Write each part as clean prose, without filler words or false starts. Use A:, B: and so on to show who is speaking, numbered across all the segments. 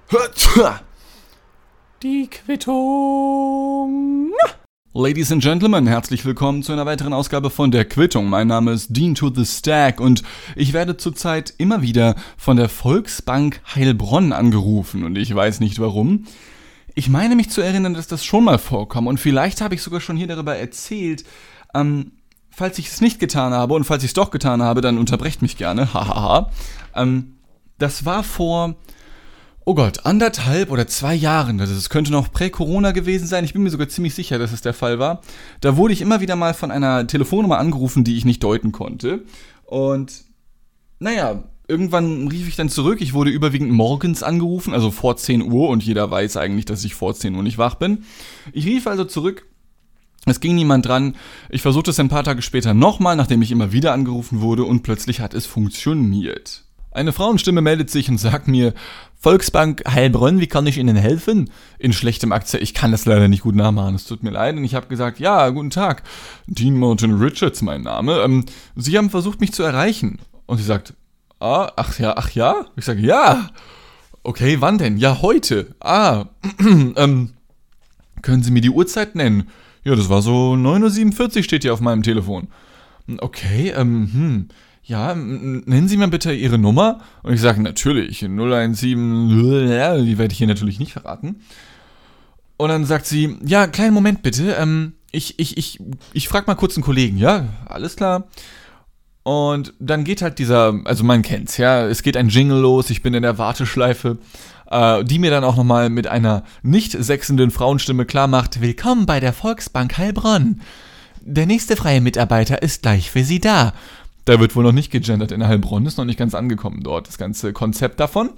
A: Die Quittung. Ladies and Gentlemen, herzlich willkommen zu einer weiteren Ausgabe von der Quittung. Mein Name ist Dean to the Stack und ich werde zurzeit immer wieder von der Volksbank Heilbronn angerufen und ich weiß nicht warum. Ich meine mich zu erinnern, dass das schon mal vorkam und vielleicht habe ich sogar schon hier darüber erzählt. Falls ich es nicht getan habe und falls ich es doch getan habe, dann unterbrecht mich gerne. Hahaha. Das war vor... 1,5 oder 2 Jahren, das könnte noch prä-Corona gewesen sein, ich bin mir sogar ziemlich sicher, dass es der Fall war. Da wurde ich immer wieder mal von einer Telefonnummer angerufen, die ich nicht deuten konnte. Und irgendwann rief ich dann zurück, ich wurde überwiegend morgens angerufen, also vor 10 Uhr und jeder weiß eigentlich, dass ich vor 10 Uhr nicht wach bin. Ich rief also zurück, es ging niemand dran, ich versuchte es ein paar Tage später nochmal, nachdem ich immer wieder angerufen wurde und plötzlich hat es funktioniert. Eine Frauenstimme meldet sich und sagt mir, Volksbank Heilbronn, wie kann ich Ihnen helfen? In schlechtem Akzent, ich kann das leider nicht gut nachmachen, es tut mir leid. Und ich habe gesagt, ja, guten Tag, Dean Martin Richards mein Name. Sie haben versucht, mich zu erreichen. Und sie sagt, ach ja? Ich sage, ja. Okay, wann denn? Ja, heute. Können Sie mir die Uhrzeit nennen? Ja, das war so 9:47 Uhr steht hier auf meinem Telefon. Okay, ja, nennen Sie mir bitte Ihre Nummer. Und ich sage, natürlich, 017, die werde ich hier natürlich nicht verraten. Und dann sagt sie, ja, kleinen Moment bitte, ich frage mal kurz einen Kollegen, ja, alles klar. Und dann geht halt also man kennt's, ja, es geht ein Jingle los, ich bin in der Warteschleife, die mir dann auch nochmal mit einer nicht sechsenden Frauenstimme klar macht, willkommen bei der Volksbank Heilbronn. Der nächste freie Mitarbeiter ist gleich für Sie da. Da wird wohl noch nicht gegendert in Heilbronn, ist noch nicht ganz angekommen dort, das ganze Konzept davon.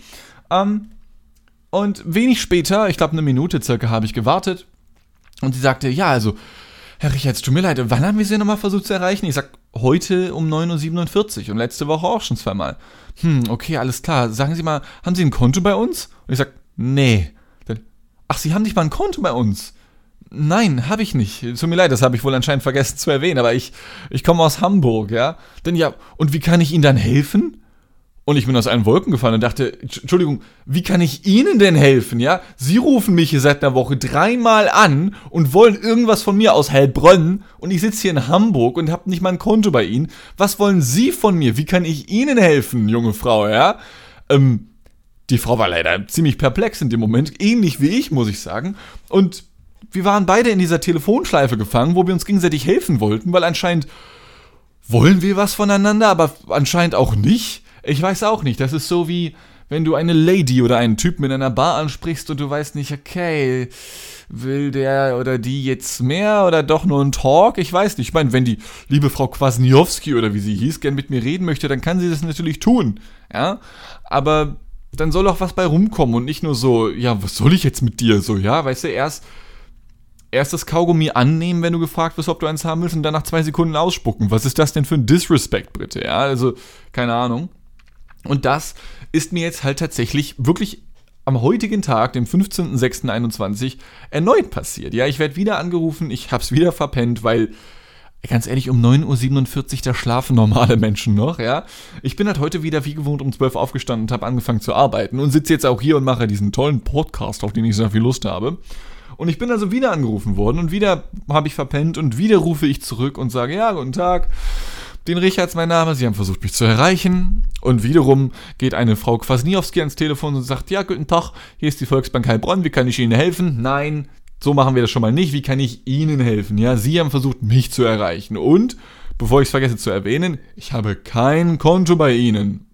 A: Und wenig später, ich glaube 1 Minute circa, habe ich gewartet. Und sie sagte, ja, also, Herr Richards, tut mir leid, wann haben wir Sie nochmal versucht zu erreichen? Ich sag, heute um 9:47 Uhr und letzte Woche auch schon 2-mal. Okay, alles klar. Sagen Sie mal, haben Sie ein Konto bei uns? Und ich sag, nee. Dann, ach, Sie haben nicht mal ein Konto bei uns? Nein, habe ich nicht. Tut mir leid, das habe ich wohl anscheinend vergessen zu erwähnen, aber ich komme aus Hamburg, ja. Denn ja, und wie kann ich Ihnen dann helfen? Und ich bin aus allen Wolken gefallen und dachte, Entschuldigung, wie kann ich Ihnen denn helfen, ja? Sie rufen mich hier seit einer Woche 3-mal an und wollen irgendwas von mir aus Heilbronn und ich sitze hier in Hamburg und habe nicht mal ein Konto bei Ihnen. Was wollen Sie von mir? Wie kann ich Ihnen helfen, junge Frau, ja? Die Frau war leider ziemlich perplex in dem Moment, ähnlich wie ich, muss ich sagen. Und wir waren beide in dieser Telefonschleife gefangen, wo wir uns gegenseitig helfen wollten, weil anscheinend wollen wir was voneinander, aber anscheinend auch nicht. Ich weiß auch nicht, das ist so wie, wenn du eine Lady oder einen Typen in einer Bar ansprichst und du weißt nicht, okay, will der oder die jetzt mehr oder doch nur ein Talk? Ich weiß nicht, ich meine, wenn die liebe Frau Kwasniewski oder wie sie hieß, gern mit mir reden möchte, dann kann sie das natürlich tun, ja, aber dann soll auch was bei rumkommen und nicht nur so, ja, was soll ich jetzt mit dir, so, ja, weißt du, erst das Kaugummi annehmen, wenn du gefragt wirst, ob du eins haben willst und dann nach 2 Sekunden ausspucken. Was ist das denn für ein Disrespect, bitte? Ja, also, keine Ahnung. Und das ist mir jetzt halt tatsächlich wirklich am heutigen Tag, dem 15.06.21, erneut passiert. Ja, ich werde wieder angerufen, ich hab's wieder verpennt, weil, ganz ehrlich, um 9:47 Uhr, da schlafen normale Menschen noch, ja. Ich bin halt heute wieder wie gewohnt um 12 Uhr aufgestanden und habe angefangen zu arbeiten und sitze jetzt auch hier und mache diesen tollen Podcast, auf den ich sehr viel Lust habe. Und ich bin also wieder angerufen worden und wieder habe ich verpennt und wieder rufe ich zurück und sage, ja, guten Tag, den Richards mein Name, Sie haben versucht mich zu erreichen. Und wiederum geht eine Frau Kwasniewski ans Telefon und sagt, ja, guten Tag, hier ist die Volksbank Heilbronn, wie kann ich Ihnen helfen? Nein, so machen wir das schon mal nicht, wie kann ich Ihnen helfen? Ja, Sie haben versucht, mich zu erreichen. Und, bevor ich es vergesse zu erwähnen, ich habe kein Konto bei Ihnen.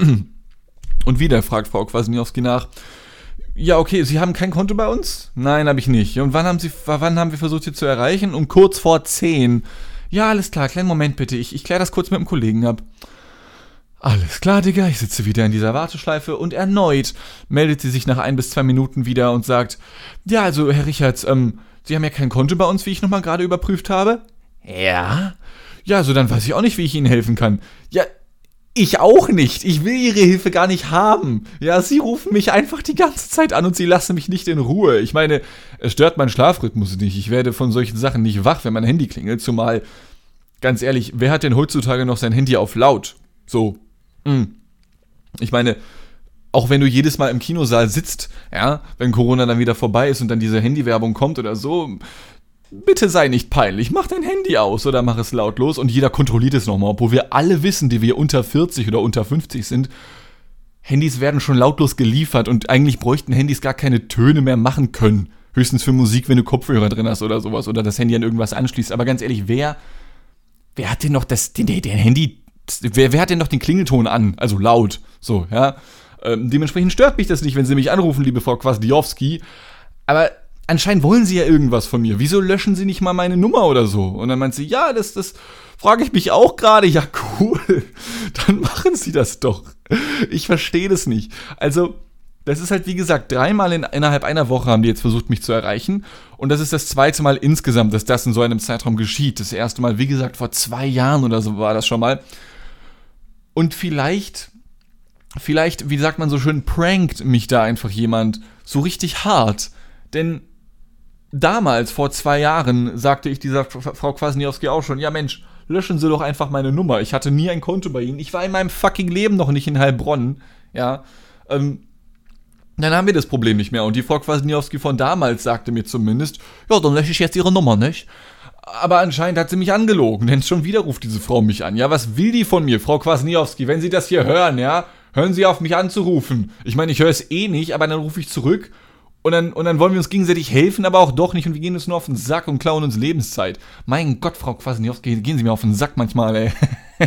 A: Und wieder fragt Frau Kwasniewski nach, ja, okay, Sie haben kein Konto bei uns? Nein, habe ich nicht. Und wann haben wir versucht, Sie zu erreichen? Um kurz vor 10. Ja, alles klar, kleinen Moment bitte. Ich kläre das kurz mit dem Kollegen ab. Alles klar, Digga, ich sitze wieder in dieser Warteschleife und erneut meldet sie sich nach 1 bis 2 Minuten wieder und sagt, ja, also, Herr Richards, Sie haben ja kein Konto bei uns, wie ich nochmal gerade überprüft habe? Ja? Ja, also dann weiß ich auch nicht, wie ich Ihnen helfen kann. Ja, ich auch nicht. Ich will Ihre Hilfe gar nicht haben. Ja, Sie rufen mich einfach die ganze Zeit an und Sie lassen mich nicht in Ruhe. Ich meine, es stört meinen Schlafrhythmus nicht. Ich werde von solchen Sachen nicht wach, wenn mein Handy klingelt. Zumal, ganz ehrlich, wer hat denn heutzutage noch sein Handy auf laut? So, Ich meine, auch wenn du jedes Mal im Kinosaal sitzt, ja, wenn Corona dann wieder vorbei ist und dann diese Handywerbung kommt oder so, bitte sei nicht peinlich, mach dein Handy aus oder mach es lautlos und jeder kontrolliert es nochmal, obwohl wir alle wissen, die wir unter 40 oder unter 50 sind, Handys werden schon lautlos geliefert und eigentlich bräuchten Handys gar keine Töne mehr machen können. Höchstens für Musik, wenn du Kopfhörer drin hast oder sowas oder das Handy an irgendwas anschließt. Aber ganz ehrlich, wer hat denn noch den Handy, wer hat denn noch den Klingelton an? Also laut, so, ja. Dementsprechend stört mich das nicht, wenn Sie mich anrufen, liebe Frau Kwasniewski. Aber anscheinend wollen Sie ja irgendwas von mir. Wieso löschen Sie nicht mal meine Nummer oder so? Und dann meint sie, ja, das frage ich mich auch gerade. Ja, cool. Dann machen Sie das doch. Ich verstehe das nicht. Also, das ist halt, wie gesagt, 3-mal innerhalb einer Woche haben die jetzt versucht, mich zu erreichen. Und das ist das 2. Mal insgesamt, dass das in so einem Zeitraum geschieht. Das erste Mal, wie gesagt, vor 2 Jahren oder so war das schon mal. Und vielleicht, wie sagt man so schön, prankt mich da einfach jemand so richtig hart. Denn damals, vor 2 Jahren, sagte ich dieser Frau Kwasniewski auch schon, ja Mensch, löschen Sie doch einfach meine Nummer. Ich hatte nie ein Konto bei Ihnen. Ich war in meinem fucking Leben noch nicht in Heilbronn. Ja, dann haben wir das Problem nicht mehr. Und die Frau Kwasniewski von damals sagte mir zumindest, ja, dann lösche ich jetzt Ihre Nummer, nicht? Aber anscheinend hat sie mich angelogen, denn schon wieder ruft diese Frau mich an. Ja, was will die von mir, Frau Kwasniewski? Wenn Sie das hier hören, ja, hören Sie auf, mich anzurufen. Ich meine, ich höre es eh nicht, aber dann rufe ich zurück. Und dann wollen wir uns gegenseitig helfen, aber auch doch nicht. Und wir gehen uns nur auf den Sack und klauen uns Lebenszeit. Mein Gott, Frau Kwasniewski, gehen Sie mir auf den Sack manchmal, ey.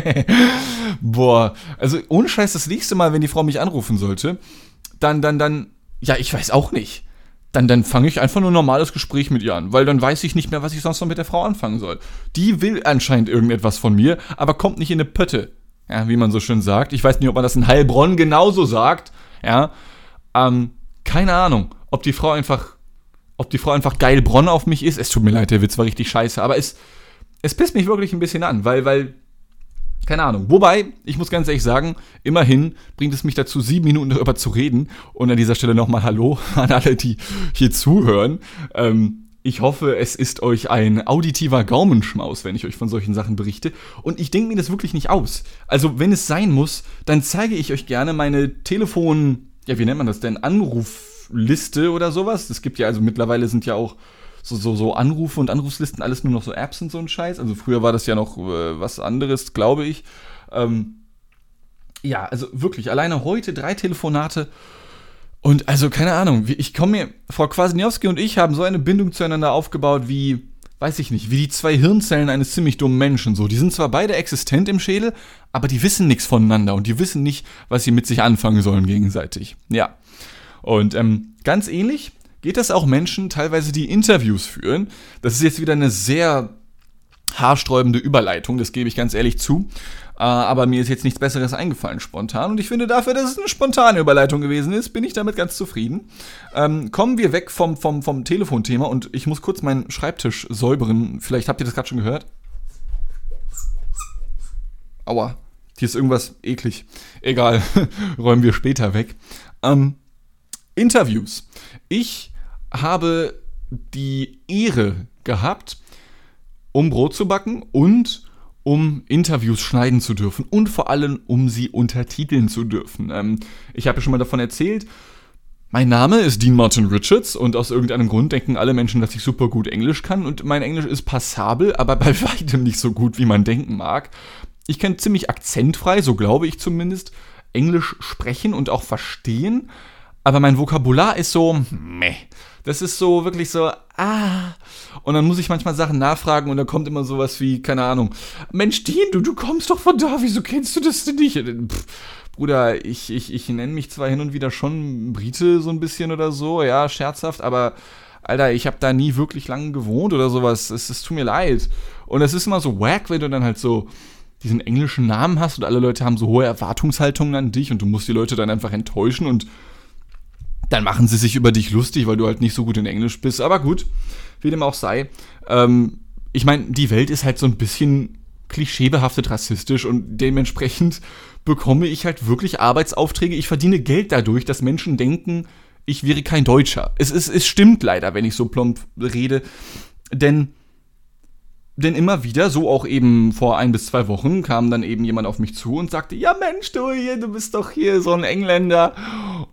A: Boah, also ohne Scheiß, das nächste Mal, wenn die Frau mich anrufen sollte, dann, ja, ich weiß auch nicht. Dann fange ich einfach nur ein normales Gespräch mit ihr an, weil dann weiß ich nicht mehr, was ich sonst noch mit der Frau anfangen soll. Die will anscheinend irgendetwas von mir, aber kommt nicht in eine Pötte. Ja, wie man so schön sagt. Ich weiß nicht, ob man das in Heilbronn genauso sagt. Ja, keine Ahnung, ob die Frau einfach Geilbronn auf mich ist. Es tut mir leid, der Witz war richtig scheiße, aber es pisst mich wirklich ein bisschen an, weil keine Ahnung. Wobei, ich muss ganz ehrlich sagen, immerhin bringt es mich dazu, 7 Minuten darüber zu reden. Und an dieser Stelle nochmal Hallo an alle, die hier zuhören. Ich hoffe, es ist euch ein auditiver Gaumenschmaus, wenn ich euch von solchen Sachen berichte. Und ich denke mir das wirklich nicht aus. Also, wenn es sein muss, dann zeige ich euch gerne meine wie nennt man das denn? Anrufliste oder sowas. Es gibt ja, also mittlerweile sind ja auch so Anrufe und Anrufslisten, alles nur noch so Apps und so ein Scheiß. Also früher war das ja noch was anderes, glaube ich. Ja, also wirklich, alleine heute 3 Telefonate und also keine Ahnung, Frau Kwasniewski und ich haben so eine Bindung zueinander aufgebaut wie, weiß ich nicht, wie die 2 Hirnzellen eines ziemlich dummen Menschen so. Die sind zwar beide existent im Schädel, aber die wissen nichts voneinander und die wissen nicht, was sie mit sich anfangen sollen gegenseitig. Ja, und ganz ähnlich geht das auch Menschen teilweise, die Interviews führen. Das ist jetzt wieder eine sehr haarsträubende Überleitung, das gebe ich ganz ehrlich zu. Aber mir ist jetzt nichts Besseres eingefallen spontan. Und ich finde dafür, dass es eine spontane Überleitung gewesen ist, bin ich damit ganz zufrieden. Kommen wir weg vom Telefonthema und ich muss kurz meinen Schreibtisch säubern. Vielleicht habt ihr das gerade schon gehört. Aua, hier ist irgendwas eklig. Egal, räumen wir später weg. Interviews. Ich habe die Ehre gehabt, um Brot zu backen und um Interviews schneiden zu dürfen und vor allem, um sie untertiteln zu dürfen. Ich habe ja schon mal davon erzählt, mein Name ist Dean Martin Richards und aus irgendeinem Grund denken alle Menschen, dass ich super gut Englisch kann und mein Englisch ist passabel, aber bei weitem nicht so gut, wie man denken mag. Ich kann ziemlich akzentfrei, so glaube ich zumindest, Englisch sprechen und auch verstehen, aber mein Vokabular ist so, meh. Das ist so wirklich so, Und dann muss ich manchmal Sachen nachfragen und da kommt immer sowas wie, keine Ahnung, Mensch, Dean, du kommst doch von da, wieso kennst du das denn nicht? Bruder, ich nenne mich zwar hin und wieder schon Brite so ein bisschen oder so, ja, scherzhaft, aber Alter, ich habe da nie wirklich lange gewohnt oder sowas. Es tut mir leid. Und es ist immer so wack, wenn du dann halt so diesen englischen Namen hast und alle Leute haben so hohe Erwartungshaltungen an dich und du musst die Leute dann einfach enttäuschen und dann machen sie sich über dich lustig, weil du halt nicht so gut in Englisch bist. Aber gut, wie dem auch sei. Ich meine, die Welt ist halt so ein bisschen klischeebehaftet rassistisch und dementsprechend bekomme ich halt wirklich Arbeitsaufträge. Ich verdiene Geld dadurch, dass Menschen denken, ich wäre kein Deutscher. Es stimmt leider, wenn ich so plump rede, denn immer wieder, so auch eben vor 1 bis 2 Wochen, kam dann eben jemand auf mich zu und sagte, ja Mensch, du bist doch hier so ein Engländer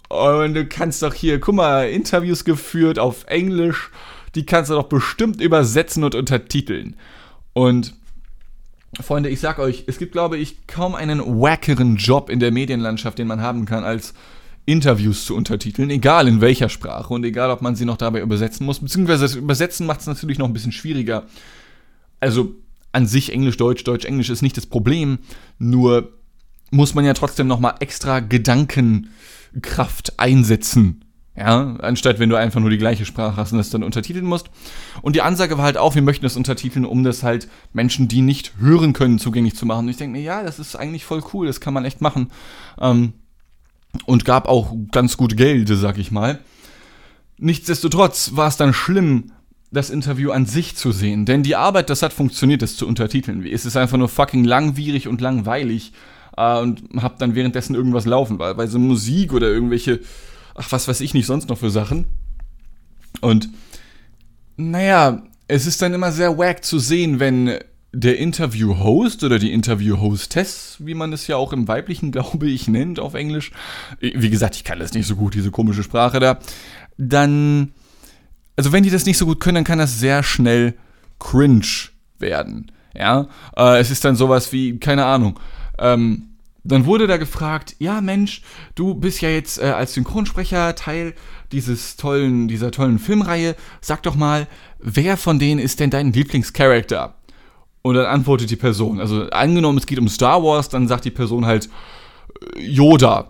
A: Und du kannst doch hier, guck mal, Interviews geführt auf Englisch, die kannst du doch bestimmt übersetzen und untertiteln. Und Freunde, ich sag euch, es gibt, glaube ich, kaum einen wackeren Job in der Medienlandschaft, den man haben kann, als Interviews zu untertiteln, egal in welcher Sprache und egal, ob man sie noch dabei übersetzen muss, beziehungsweise das Übersetzen macht es natürlich noch ein bisschen schwieriger. Also an sich Englisch-Deutsch, Deutsch-Englisch ist nicht das Problem, nur muss man ja trotzdem nochmal extra Gedankenkraft einsetzen, ja, anstatt wenn du einfach nur die gleiche Sprache hast und das dann untertiteln musst. Und die Ansage war halt auch, wir möchten das untertiteln, um das halt Menschen, die nicht hören können, zugänglich zu machen. Und ich denke mir, ja, das ist eigentlich voll cool, das kann man echt machen. Und gab auch ganz gut Geld, sag ich mal. Nichtsdestotrotz war es dann schlimm, das Interview an sich zu sehen. Denn die Arbeit, das hat funktioniert, das zu untertiteln. Es ist einfach nur fucking langwierig und langweilig. Und hab dann währenddessen irgendwas laufen, bei so Musik oder irgendwelche, was weiß ich nicht, sonst noch für Sachen. Und naja, es ist dann immer sehr wack zu sehen, wenn der Interview-Host oder die Interview-Hostess, wie man es ja auch im Weiblichen, glaube ich, nennt auf Englisch, wie gesagt, ich kann das nicht so gut, diese komische Sprache da, dann, also wenn die das nicht so gut können, dann kann das sehr schnell cringe werden, ja, es ist dann sowas wie, keine Ahnung, dann wurde da gefragt, ja Mensch, du bist ja jetzt als Synchronsprecher Teil dieser tollen Filmreihe, sag doch mal, wer von denen ist denn dein Lieblingscharakter? Und dann antwortet die Person, also angenommen es geht um Star Wars, dann sagt die Person halt Yoda.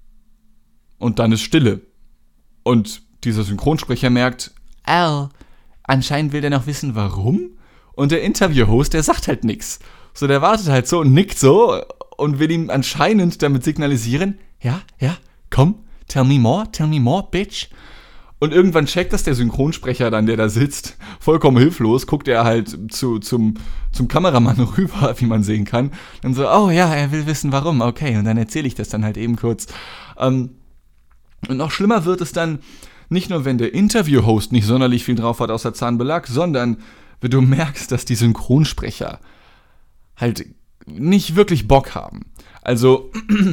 A: Und dann ist Stille. Und dieser Synchronsprecher merkt, anscheinend will der noch wissen, warum? Und der Interview-Host, der sagt halt nichts. So, der wartet halt so und nickt so und will ihm anscheinend damit signalisieren, ja, komm, tell me more, bitch. Und irgendwann checkt das der Synchronsprecher dann, der da sitzt, vollkommen hilflos, guckt er halt zum Kameramann rüber, wie man sehen kann. Dann so, oh ja, er will wissen, warum, okay. Und dann erzähle ich das dann halt eben kurz. Und noch schlimmer wird es dann, nicht nur, wenn der Interview-Host nicht sonderlich viel drauf hat außer Zahnbelag, sondern wenn du merkst, dass die Synchronsprecher halt nicht wirklich Bock haben. Also,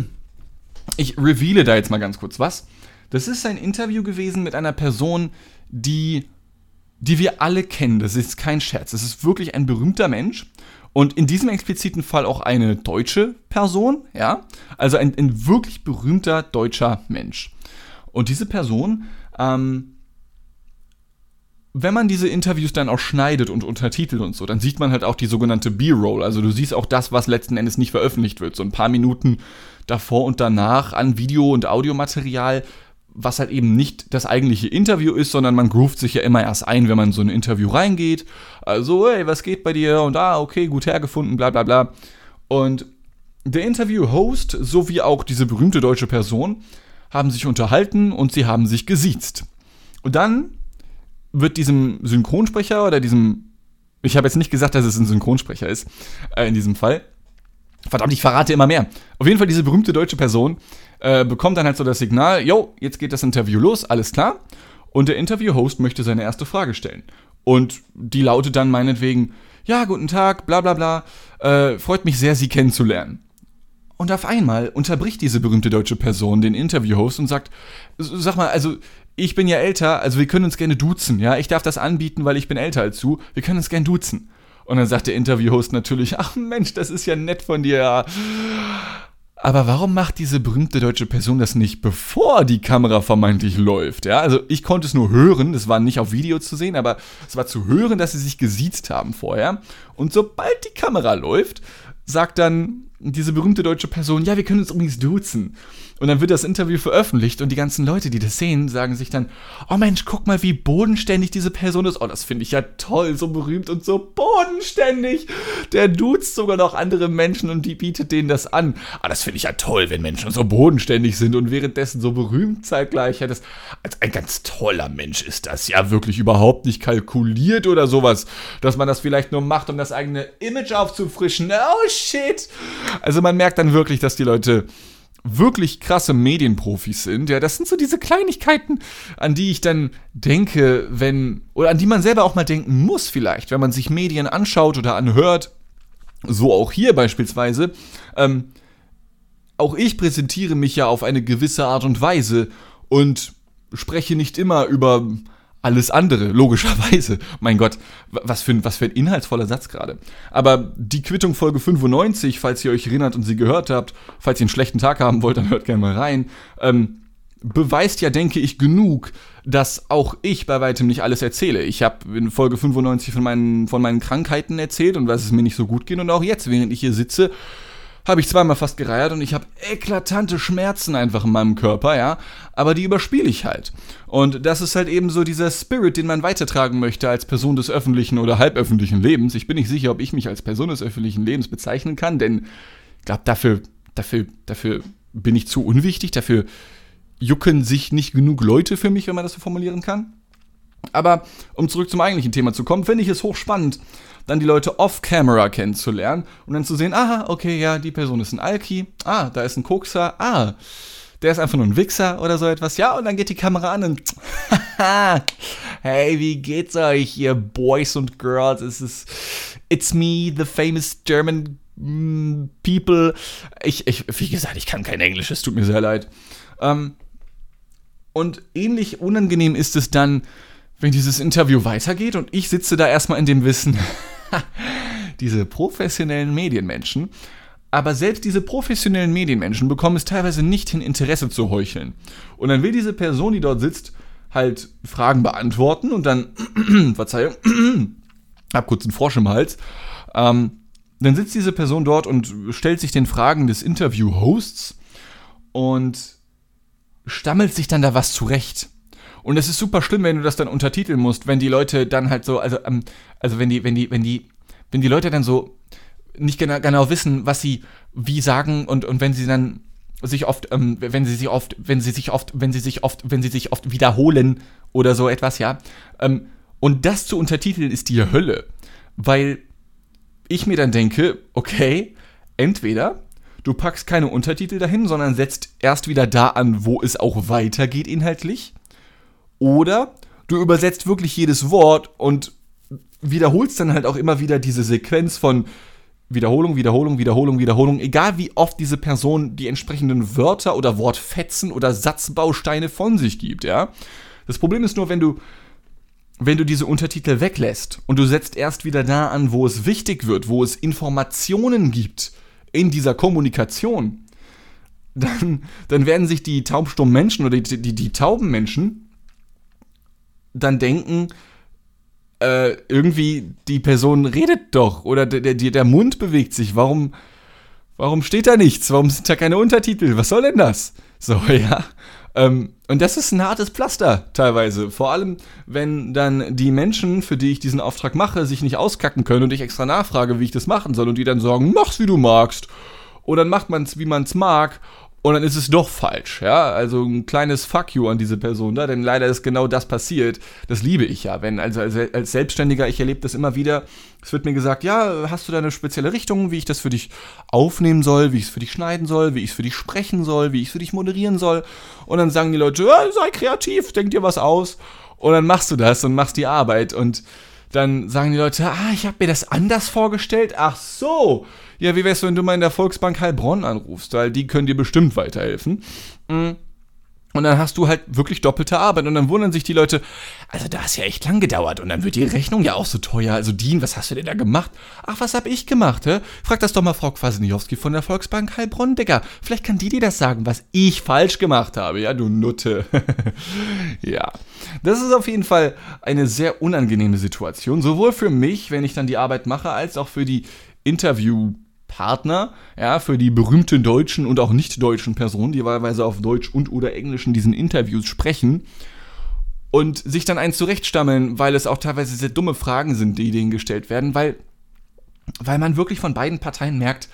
A: ich reveale da jetzt mal ganz kurz was. Das ist ein Interview gewesen mit einer Person, die wir alle kennen. Das ist kein Scherz. Das ist wirklich ein berühmter Mensch. Und in diesem expliziten Fall auch eine deutsche Person. Ja? Also ein wirklich berühmter deutscher Mensch. Und diese Person, wenn man diese Interviews dann auch schneidet und untertitelt und so, dann sieht man halt auch die sogenannte B-Roll. Also du siehst auch das, was letzten Endes nicht veröffentlicht wird. So ein paar Minuten davor und danach an Video- und Audiomaterial, was halt eben nicht das eigentliche Interview ist, sondern man groovt sich ja immer erst ein, wenn man in so ein Interview reingeht. Also, hey, was geht bei dir? Und okay, gut hergefunden, bla bla bla. Und der Interview-Host sowie auch diese berühmte deutsche Person haben sich unterhalten und sie haben sich gesiezt. Und dann wird diesem Synchronsprecher oder ich habe jetzt nicht gesagt, dass es ein Synchronsprecher ist, in diesem Fall. Verdammt, ich verrate immer mehr. Auf jeden Fall diese berühmte deutsche Person bekommt dann halt so das Signal, yo, jetzt geht das Interview los, alles klar. Und der Interview-Host möchte seine erste Frage stellen. Und die lautet dann meinetwegen, ja, guten Tag, bla bla bla, freut mich sehr, Sie kennenzulernen. Und auf einmal unterbricht diese berühmte deutsche Person den Interview-Host und sagt, sag mal, also ich bin ja älter, also wir können uns gerne duzen, ja, ich darf das anbieten, weil ich bin älter als du, wir können uns gerne duzen. Und dann sagt der Interview-Host natürlich, ach Mensch, das ist ja nett von dir. Aber warum macht diese berühmte deutsche Person das nicht, bevor die Kamera vermeintlich läuft? Ja, also ich konnte es nur hören, das war nicht auf Video zu sehen, aber es war zu hören, dass sie sich gesiezt haben vorher. Und sobald die Kamera läuft, sagt dann diese berühmte deutsche Person, ja, wir können uns übrigens duzen. Und dann wird das Interview veröffentlicht und die ganzen Leute, die das sehen, sagen sich dann, oh Mensch, guck mal, wie bodenständig diese Person ist. Oh, das finde ich ja toll, so berühmt und so bodenständig. Der duzt sogar noch andere Menschen und die bietet denen das an. Ah, das finde ich ja toll, wenn Menschen so bodenständig sind und währenddessen so berühmt zeitgleich. Ja, das, als ein ganz toller Mensch ist das ja wirklich überhaupt nicht kalkuliert oder sowas, dass man das vielleicht nur macht, um das eigene Image aufzufrischen. Oh, shit. Also man merkt dann wirklich, dass die Leute wirklich krasse Medienprofis sind. Ja, das sind so diese Kleinigkeiten, an die ich dann denke, oder an die man selber auch mal denken muss vielleicht, wenn man sich Medien anschaut oder anhört. So auch hier beispielsweise. Auch ich präsentiere mich ja auf eine gewisse Art und Weise und spreche nicht immer über alles andere, logischerweise. Mein Gott, was für ein inhaltsvoller Satz gerade. Aber die Quittung Folge 95, falls ihr euch erinnert und sie gehört habt, falls ihr einen schlechten Tag haben wollt, dann hört gerne mal rein, beweist ja, denke ich, genug, dass auch ich bei weitem nicht alles erzähle. Ich habe in Folge 95 von meinen Krankheiten erzählt und dass es mir nicht so gut geht. Und auch jetzt, während ich hier sitze, habe ich zweimal fast gereiert und ich habe eklatante Schmerzen einfach in meinem Körper, ja. Aber die überspiele ich halt. Und das ist halt eben so dieser Spirit, den man weitertragen möchte als Person des öffentlichen oder halböffentlichen Lebens. Ich bin nicht sicher, ob ich mich als Person des öffentlichen Lebens bezeichnen kann, denn ich glaube, dafür bin ich zu unwichtig, dafür jucken sich nicht genug Leute für mich, wenn man das so formulieren kann. Aber um zurück zum eigentlichen Thema zu kommen, finde ich es hochspannend, dann die Leute off-camera kennenzulernen und dann zu sehen, aha, okay, ja, die Person ist ein Alki, da ist ein Kokser, der ist einfach nur ein Wichser oder so etwas, ja, und dann geht die Kamera an und hey, wie geht's euch, ihr Boys und Girls, it's me, the famous German people, wie gesagt, ich kann kein Englisch, es tut mir sehr leid, und ähnlich unangenehm ist es dann, wenn dieses Interview weitergeht und ich sitze da erstmal in dem Wissen, diese professionellen Medienmenschen, aber selbst diese professionellen Medienmenschen bekommen es teilweise nicht hin, Interesse zu heucheln. Und dann will diese Person, die dort sitzt, halt Fragen beantworten und dann, Verzeihung, hab kurz einen Frosch im Hals, dann sitzt diese Person dort und stellt sich den Fragen des Interview-Hosts und stammelt sich dann da was zurecht. Und es ist super schlimm, wenn du das dann untertiteln musst, wenn die Leute dann halt so, also wenn die Leute dann so nicht genau wissen, was sie wie sagen und wenn sie dann sich oft wiederholen oder so etwas, ja. Und das zu untertiteln ist die Hölle, weil ich mir dann denke, okay, entweder du packst keine Untertitel dahin, sondern setzt erst wieder da an, wo es auch weitergeht inhaltlich. Oder du übersetzt wirklich jedes Wort und wiederholst dann halt auch immer wieder diese Sequenz von Wiederholung, Wiederholung, Wiederholung, Wiederholung, egal wie oft diese Person die entsprechenden Wörter oder Wortfetzen oder Satzbausteine von sich gibt, ja. Das Problem ist nur, wenn du diese Untertitel weglässt und du setzt erst wieder da an, wo es wichtig wird, wo es Informationen gibt in dieser Kommunikation, dann werden sich die taubstummen Menschen oder die tauben Menschen dann denken, irgendwie die Person redet doch oder der Mund bewegt sich, warum steht da nichts, warum sind da keine Untertitel, was soll denn das? So, ja, und das ist ein hartes Pflaster teilweise, vor allem, wenn dann die Menschen, für die ich diesen Auftrag mache, sich nicht auskacken können und ich extra nachfrage, wie ich das machen soll und die dann sagen, mach's wie du magst und dann macht man's, wie man's mag. Und dann ist es doch falsch, ja, also ein kleines Fuck you an diese Person da, denn leider ist genau das passiert, das liebe ich ja, als Selbstständiger, ich erlebe das immer wieder, es wird mir gesagt, ja, hast du da eine spezielle Richtung, wie ich das für dich aufnehmen soll, wie ich es für dich schneiden soll, wie ich es für dich sprechen soll, wie ich es für dich moderieren soll, und dann sagen die Leute, ja, sei kreativ, denk dir was aus, und dann machst du das und machst die Arbeit, und dann sagen die Leute, ich habe mir das anders vorgestellt, ach so, ja, wie wär's, wenn du mal in der Volksbank Heilbronn anrufst, weil die können dir bestimmt weiterhelfen. Und dann hast du halt wirklich doppelte Arbeit und dann wundern sich die Leute, also da hast ja echt lang gedauert und dann wird die Rechnung ja auch so teuer, also Dean, was hast du denn da gemacht? Ach, was hab ich gemacht, hä? Frag das doch mal Frau Kwasniewski von der Volksbank Heilbronn, Digga. Vielleicht kann die dir das sagen, was ich falsch gemacht habe, ja, du Nutte. Ja, das ist auf jeden Fall eine sehr unangenehme Situation, sowohl für mich, wenn ich dann die Arbeit mache, als auch für die Interviewpartner, ja, für die berühmten deutschen und auch nicht deutschen Personen, die wahlweise auf Deutsch und oder Englisch in diesen Interviews sprechen und sich dann eins zurechtstammeln, weil es auch teilweise sehr dumme Fragen sind, die denen gestellt werden, weil man wirklich von beiden Parteien merkt,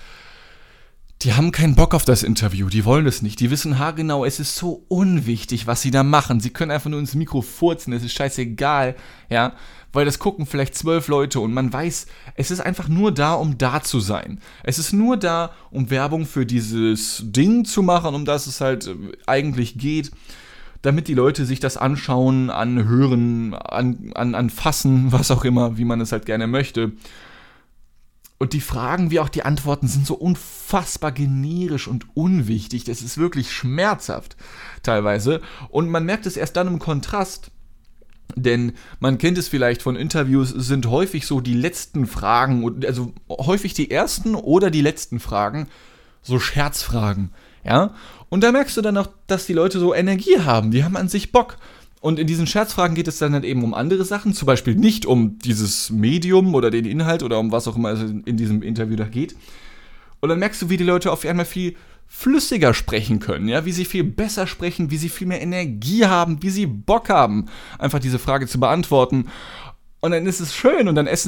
A: die haben keinen Bock auf das Interview, die wollen es nicht, die wissen haargenau, es ist so unwichtig, was sie da machen, sie können einfach nur ins Mikro furzen, es ist scheißegal, ja, weil das gucken vielleicht 12 Leute und man weiß, es ist einfach nur da, um da zu sein. Es ist nur da, um Werbung für dieses Ding zu machen, um das es halt eigentlich geht, damit die Leute sich das anschauen, anhören, anfassen, was auch immer, wie man es halt gerne möchte. Und die Fragen wie auch die Antworten sind so unfassbar generisch und unwichtig. Das ist wirklich schmerzhaft teilweise. Und man merkt es erst dann im Kontrast. Denn man kennt es vielleicht von Interviews, sind häufig so die letzten Fragen, also häufig die ersten oder die letzten Fragen, so Scherzfragen. Ja? Und da merkst du dann auch, dass die Leute so Energie haben. Die haben an sich Bock. Und in diesen Scherzfragen geht es dann halt eben um andere Sachen, zum Beispiel nicht um dieses Medium oder den Inhalt oder um was auch immer es in diesem Interview da geht. Und dann merkst du, wie die Leute auf einmal viel flüssiger sprechen können, ja, wie sie viel besser sprechen, wie sie viel mehr Energie haben, wie sie Bock haben, einfach diese Frage zu beantworten. Und dann ist es schön und dann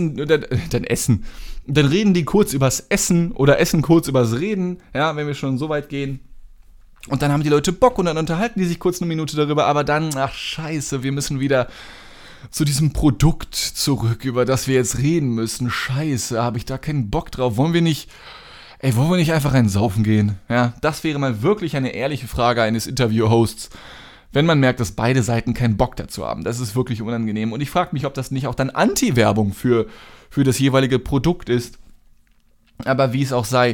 A: dann reden die kurz übers Essen oder essen kurz übers Reden, ja, wenn wir schon so weit gehen. Und dann haben die Leute Bock und dann unterhalten die sich kurz eine Minute darüber, aber dann, ach scheiße, wir müssen wieder zu diesem Produkt zurück, über das wir jetzt reden müssen. Scheiße, habe ich da keinen Bock drauf. Wollen wir nicht einfach einen saufen gehen? Ja, das wäre mal wirklich eine ehrliche Frage eines Interview-Hosts, wenn man merkt, dass beide Seiten keinen Bock dazu haben. Das ist wirklich unangenehm. Und ich frage mich, ob das nicht auch dann Anti-Werbung für das jeweilige Produkt ist. Aber wie es auch sei,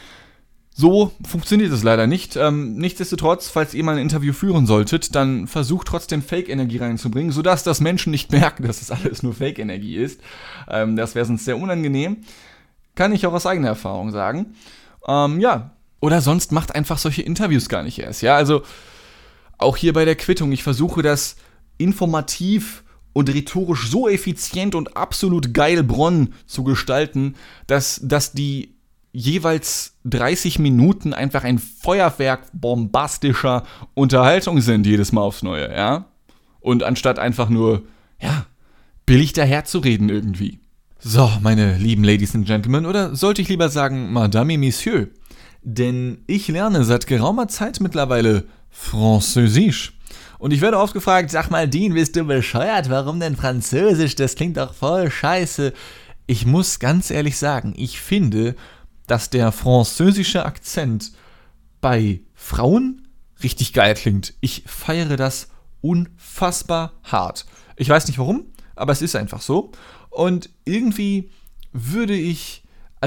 A: so funktioniert es leider nicht. Nichtsdestotrotz, falls ihr mal ein Interview führen solltet, dann versucht trotzdem Fake-Energie reinzubringen, sodass das Menschen nicht merken, dass das alles nur Fake-Energie ist. Das wäre sonst sehr unangenehm. Kann ich auch aus eigener Erfahrung sagen. Ja. Oder sonst macht einfach solche Interviews gar nicht erst. Ja, also auch hier bei der Quittung. Ich versuche das informativ und rhetorisch so effizient und absolut geil Bronn zu gestalten, dass die jeweils 30 Minuten einfach ein Feuerwerk bombastischer Unterhaltung sind, jedes Mal aufs Neue, ja? Und anstatt einfach nur, ja, billig daherzureden irgendwie. So, meine lieben Ladies and Gentlemen, oder sollte ich lieber sagen, Madame et Messieurs, denn ich lerne seit geraumer Zeit mittlerweile Französisch. Und ich werde oft gefragt, sag mal, Dean, bist du bescheuert? Warum denn Französisch? Das klingt doch voll scheiße. Ich muss ganz ehrlich sagen, ich finde, dass der französische Akzent bei Frauen richtig geil klingt. Ich feiere das unfassbar hart. Ich weiß nicht warum, aber es ist einfach so. Und irgendwie würde ich,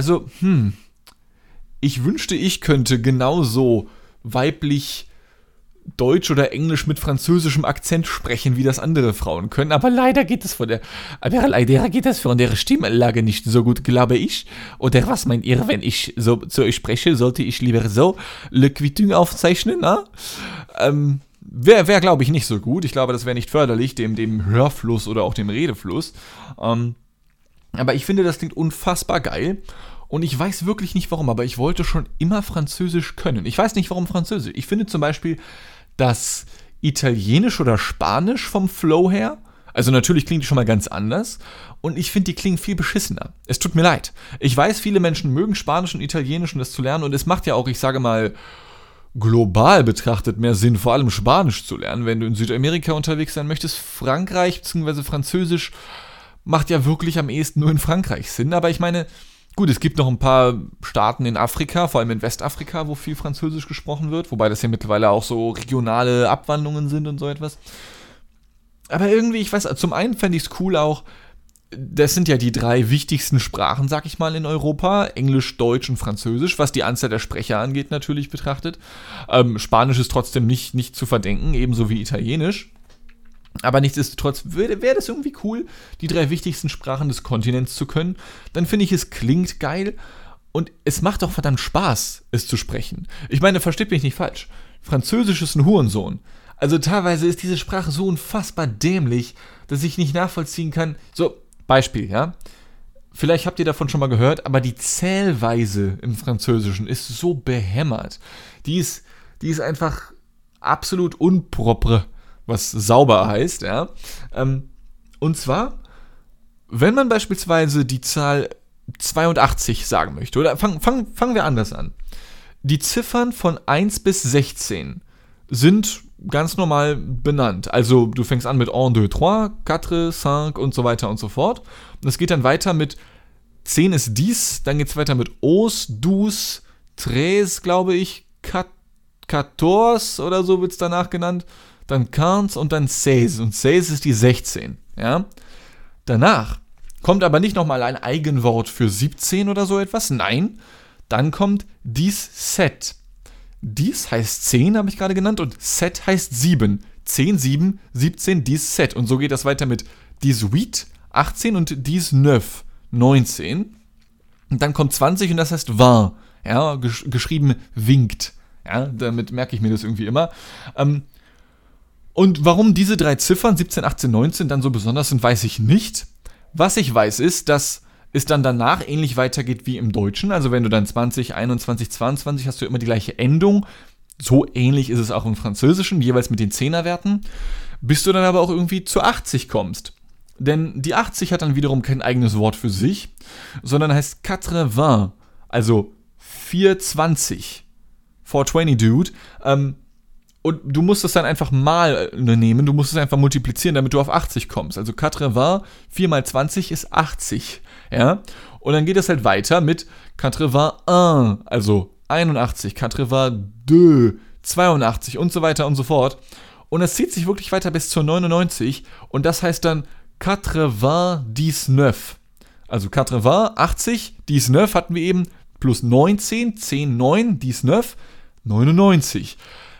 A: ich wünschte, ich könnte genauso weiblich Deutsch oder Englisch mit französischem Akzent sprechen, wie das andere Frauen können. Aber leider geht es von der Stimmlage nicht so gut, glaube ich. Oder was meint ihr, wenn ich so zu euch spreche? Sollte ich lieber so Le Quittung aufzeichnen? Wäre, glaube ich, nicht so gut. Ich glaube, das wäre nicht förderlich, dem Hörfluss oder auch dem Redefluss. Aber ich finde, das klingt unfassbar geil. Und ich weiß wirklich nicht warum, aber ich wollte schon immer Französisch können. Ich weiß nicht, warum Französisch. Ich finde zum Beispiel, dass Italienisch oder Spanisch vom Flow her, also natürlich klingt die schon mal ganz anders, und ich finde, die klingen viel beschissener. Es tut mir leid. Ich weiß, viele Menschen mögen Spanisch und Italienisch und das zu lernen, und es macht ja auch, ich sage mal, global betrachtet mehr Sinn, vor allem Spanisch zu lernen, wenn du in Südamerika unterwegs sein möchtest. Frankreich bzw. Französisch macht ja wirklich am ehesten nur in Frankreich Sinn, aber ich meine, gut, es gibt noch ein paar Staaten in Afrika, vor allem in Westafrika, wo viel Französisch gesprochen wird, wobei das ja mittlerweile auch so regionale Abwandlungen sind und so etwas. Aber irgendwie, ich weiß, zum einen fände ich es cool auch, das sind ja die 3 wichtigsten Sprachen, sag ich mal, in Europa, Englisch, Deutsch und Französisch, was die Anzahl der Sprecher angeht natürlich betrachtet. Spanisch ist trotzdem nicht zu verdenken, ebenso wie Italienisch. Aber nichtsdestotrotz wäre das irgendwie cool, die 3 wichtigsten Sprachen des Kontinents zu können. Dann finde ich, es klingt geil und es macht auch verdammt Spaß, es zu sprechen. Ich meine, versteht mich nicht falsch. Französisch ist ein Hurensohn. Also teilweise ist diese Sprache so unfassbar dämlich, dass ich nicht nachvollziehen kann. So, Beispiel, ja. Vielleicht habt ihr davon schon mal gehört, aber die Zählweise im Französischen ist so behämmert. Die ist einfach absolut unpropre, was sauber heißt, ja. Und zwar, wenn man beispielsweise die Zahl 82 sagen möchte, oder fangen wir anders an. Die Ziffern von 1 bis 16 sind ganz normal benannt. Also du fängst an mit 1, 2, 3, 4, 5 und so weiter und so fort. Und es geht dann weiter mit 10 ist dies, dann geht es weiter mit os, dus, tres, glaube ich, 14 oder so wird es danach genannt. Dann 15 und dann 16. Und 16 ist die 16. Ja? Danach Kommt aber nicht nochmal ein Eigenwort für 17 oder so etwas, nein, dann kommt dies Set. Dies heißt 10, habe ich gerade genannt, und Set heißt 7. 10, 7, 17, dies Set. Und so geht das weiter mit dies Huit, 18 und dies Neuf, 19. Und dann kommt 20 und das heißt war. Ja, geschrieben winkt. Ja, damit merke ich mir das irgendwie immer. Und warum diese 3 Ziffern, 17, 18, 19, dann so besonders sind, weiß ich nicht. Was ich weiß ist, dass es dann danach ähnlich weitergeht wie im Deutschen. Also wenn du dann 20, 21, 22 hast du immer die gleiche Endung. So ähnlich ist es auch im Französischen, jeweils mit den Zehnerwerten. Bis du dann aber auch irgendwie zu 80 kommst. Denn die 80 hat dann wiederum kein eigenes Wort für sich, sondern heißt 80, also 420. 420, Dude. Und du musst es dann einfach mal nehmen, du musst es einfach multiplizieren, damit du auf 80 kommst. Also 80, 4 mal 20 ist 80. Ja? Und dann geht es halt weiter mit 81, also 81, 82, 82 und so weiter und so fort. Und es zieht sich wirklich weiter bis zur 99 und das heißt dann 99. Also 80, 19 hatten wir eben, plus 19, 10, 9, 19, 99.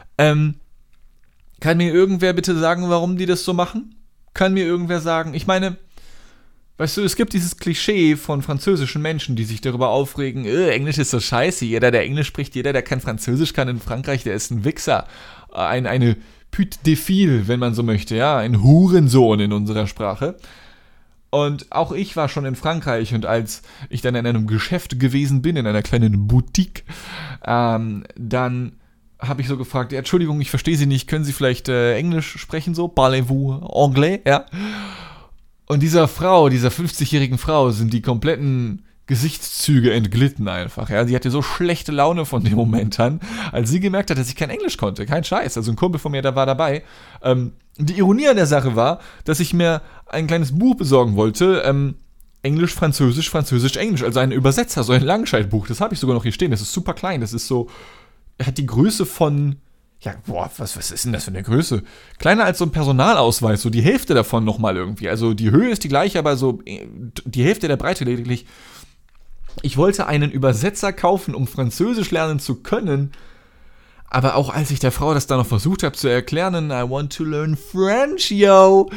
A: Kann mir irgendwer bitte sagen, warum die das so machen? Kann mir irgendwer sagen? Ich meine, weißt du, es gibt dieses Klischee von französischen Menschen, die sich darüber aufregen, Englisch ist so scheiße, jeder, der Englisch spricht, jeder, der kein Französisch kann in Frankreich, der ist ein Wichser. Eine Pute de fille, wenn man so möchte, ja, ein Hurensohn in unserer Sprache. Und auch ich war schon in Frankreich und als ich dann in einem Geschäft gewesen bin, in einer kleinen Boutique, dann habe ich so gefragt, ja, Entschuldigung, ich verstehe Sie nicht, können Sie vielleicht Englisch sprechen so? Parlez-vous anglais? Ja. Und dieser 50-jährigen Frau sind die kompletten Gesichtszüge entglitten einfach. Ja. Sie hatte so schlechte Laune von dem Moment an, als sie gemerkt hat, dass ich kein Englisch konnte. Kein Scheiß. Also ein Kumpel von mir, der war dabei. Die Ironie an der Sache war, dass ich mir ein kleines Buch besorgen wollte, Englisch, Französisch, Französisch, Englisch. Also ein Übersetzer, so ein Langscheidbuch. Das habe ich sogar noch hier stehen. Das ist super klein. Das ist so, hat die Größe von, ja, boah, was ist denn das für eine Größe? Kleiner als so ein Personalausweis, so die Hälfte davon nochmal irgendwie. Also die Höhe ist die gleiche, aber so die Hälfte der Breite lediglich. Ich wollte einen Übersetzer kaufen, um Französisch lernen zu können, aber auch als ich der Frau das dann noch versucht habe zu erklären, I want to learn French, yo,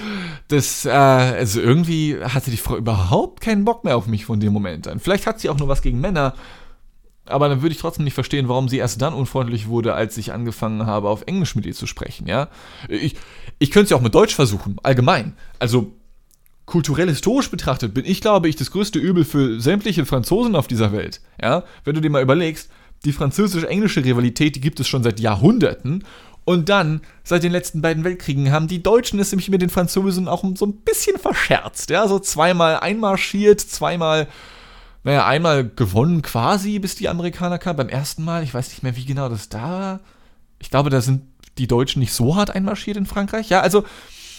A: also irgendwie hatte die Frau überhaupt keinen Bock mehr auf mich von dem Moment an. Vielleicht hat sie auch nur was gegen Männer, aber dann würde ich trotzdem nicht verstehen, warum sie erst dann unfreundlich wurde, als ich angefangen habe, auf Englisch mit ihr zu sprechen, ja. Ich könnte es ja auch mit Deutsch versuchen, allgemein. Also kulturell-historisch betrachtet bin ich, glaube ich, das größte Übel für sämtliche Franzosen auf dieser Welt, ja. Wenn du dir mal überlegst, die französisch-englische Rivalität, die gibt es schon seit Jahrhunderten. Und dann, seit den letzten beiden Weltkriegen, haben die Deutschen es nämlich mit den Franzosen auch so ein bisschen verscherzt, ja. So zweimal einmarschiert, einmal gewonnen quasi, bis die Amerikaner kamen. Beim ersten Mal, ich weiß nicht mehr, wie genau das da war. Ich glaube, da sind die Deutschen nicht so hart einmarschiert in Frankreich. Ja, also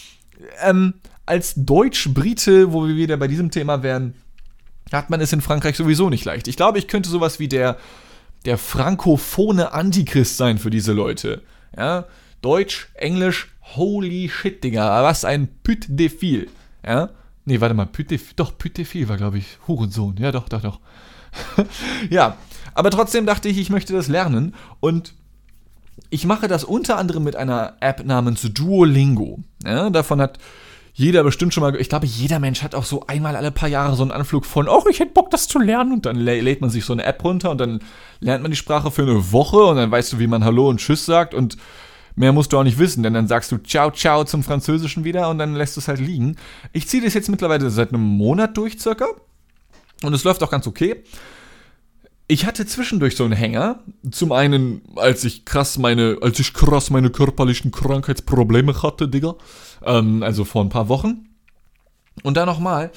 A: als Deutsch-Brite, wo wir wieder bei diesem Thema wären, hat man es in Frankreich sowieso nicht leicht. Ich glaube, ich könnte sowas wie der frankophone Antichrist sein für diese Leute. Ja, Deutsch, Englisch, holy shit, Digga, was ein Pute de fille. Ja, nee, warte mal, Pute de fille war, glaube ich, Hurensohn. Ja, doch. Ja, aber trotzdem dachte ich, ich möchte das lernen und ich mache das unter anderem mit einer App namens Duolingo. Ja, davon hat jeder bestimmt schon mal, ich glaube, jeder Mensch hat auch so einmal alle paar Jahre so einen Anflug von, ich hätte Bock, das zu lernen. Und dann lädt man sich so eine App runter und dann lernt man die Sprache für eine Woche und dann weißt du, wie man Hallo und Tschüss sagt und mehr musst du auch nicht wissen, denn dann sagst du Ciao, Ciao zum Französischen wieder und dann lässt du es halt liegen. Ich ziehe das jetzt mittlerweile seit einem Monat durch circa und es läuft auch ganz okay. Ich hatte zwischendurch so einen Hänger. Zum einen, als ich krass meine körperlichen Krankheitsprobleme hatte, Digga. Also vor ein paar Wochen. Und dann nochmal,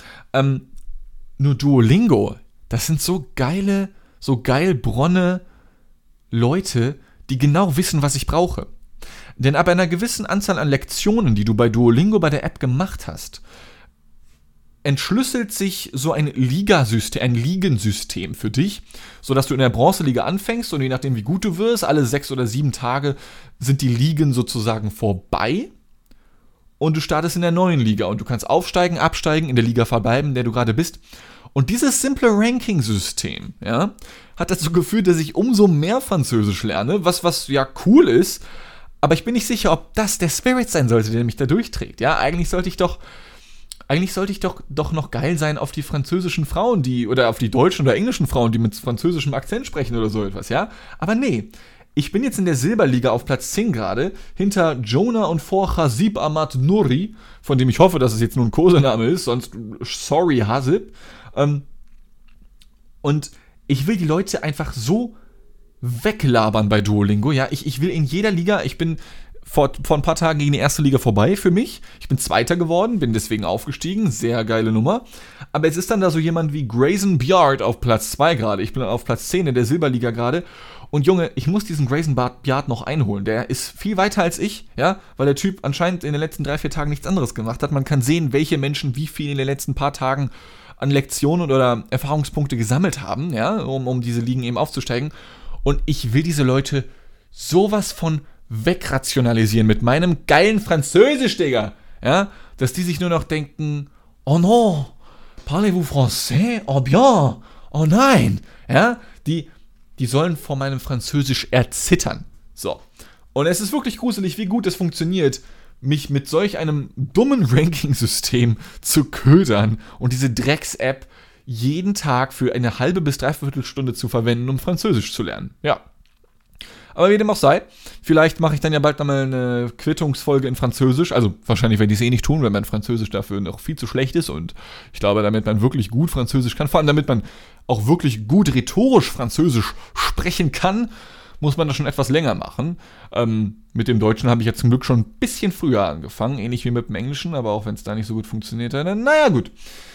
A: nur Duolingo, das sind so geil bronne Leute, die genau wissen, was ich brauche. Denn ab einer gewissen Anzahl an Lektionen, die du bei Duolingo bei der App gemacht hast, entschlüsselt sich so ein Ligensystem für dich, sodass du in der Bronzeliga anfängst und je nachdem, wie gut du wirst, alle 6 oder 7 Tage sind die Ligen sozusagen vorbei und du startest in der neuen Liga und du kannst aufsteigen, absteigen, in der Liga verbleiben, in der du gerade bist. Und dieses simple Ranking-System, ja, hat dazu geführt, dass ich umso mehr Französisch lerne, was ja cool ist, aber ich bin nicht sicher, ob das der Spirit sein sollte, der mich da durchträgt. Ja, eigentlich sollte ich doch noch geil sein auf die französischen Frauen, oder auf die deutschen oder englischen Frauen, die mit französischem Akzent sprechen oder so etwas, ja. Aber nee, ich bin jetzt in der Silberliga auf Platz 10 gerade, hinter Jonah und vor Hasib Ahmad Nouri, von dem ich hoffe, dass es jetzt nur ein Kosename ist, sonst sorry Hasib. Und ich will die Leute einfach so weglabern bei Duolingo, ja. Ich will in jeder Liga, ich bin vor ein paar Tagen gegen die erste Liga vorbei für mich. Ich bin Zweiter geworden, bin deswegen aufgestiegen. Sehr geile Nummer. Aber es ist dann da so jemand wie Grayson Bjard auf Platz 2 gerade. Ich bin auf Platz 10 in der Silberliga gerade. Und Junge, ich muss diesen Grayson Bjard noch einholen. Der ist viel weiter als ich, ja, weil der Typ anscheinend in den letzten 3-4 Tagen nichts anderes gemacht hat. Man kann sehen, welche Menschen wie viel in den letzten paar Tagen an Lektionen oder Erfahrungspunkte gesammelt haben, ja, um diese Ligen eben aufzusteigen. Und ich will diese Leute sowas von wegrationalisieren mit meinem geilen Französisch, Digga. Ja, dass die sich nur noch denken, oh non, parlez-vous français? Oh bien, oh nein. Ja, die sollen vor meinem Französisch erzittern. So. Und es ist wirklich gruselig, wie gut es funktioniert, mich mit solch einem dummen Ranking-System zu ködern und diese Drecks-App jeden Tag für eine halbe bis dreiviertel Stunde zu verwenden, um Französisch zu lernen. Ja. Aber wie dem auch sei, vielleicht mache ich dann ja bald nochmal eine Quittungsfolge in Französisch. Also wahrscheinlich werde ich es eh nicht tun, weil mein Französisch dafür noch viel zu schlecht ist. Und ich glaube, damit man wirklich gut Französisch kann, vor allem damit man auch wirklich gut rhetorisch Französisch sprechen kann, muss man das schon etwas länger machen. Mit dem Deutschen habe ich jetzt zum Glück schon ein bisschen früher angefangen, ähnlich wie mit dem Englischen, aber auch wenn es da nicht so gut funktioniert hat, dann naja gut.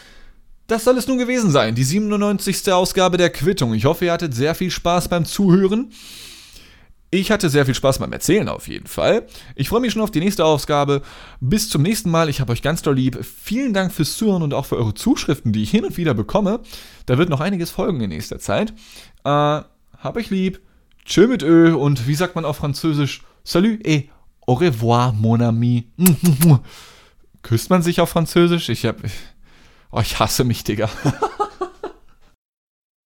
A: Das soll es nun gewesen sein, die 97. Ausgabe der Quittung. Ich hoffe, ihr hattet sehr viel Spaß beim Zuhören. Ich hatte sehr viel Spaß beim Erzählen auf jeden Fall. Ich freue mich schon auf die nächste Ausgabe. Bis zum nächsten Mal. Ich habe euch ganz doll lieb. Vielen Dank fürs Zuhören und auch für eure Zuschriften, die ich hin und wieder bekomme. Da wird noch einiges folgen in nächster Zeit. Hab euch lieb. Tschö mit Ö. Und wie sagt man auf Französisch? Salut et au revoir, mon ami. Küsst man sich auf Französisch? Ich hasse mich, Digga.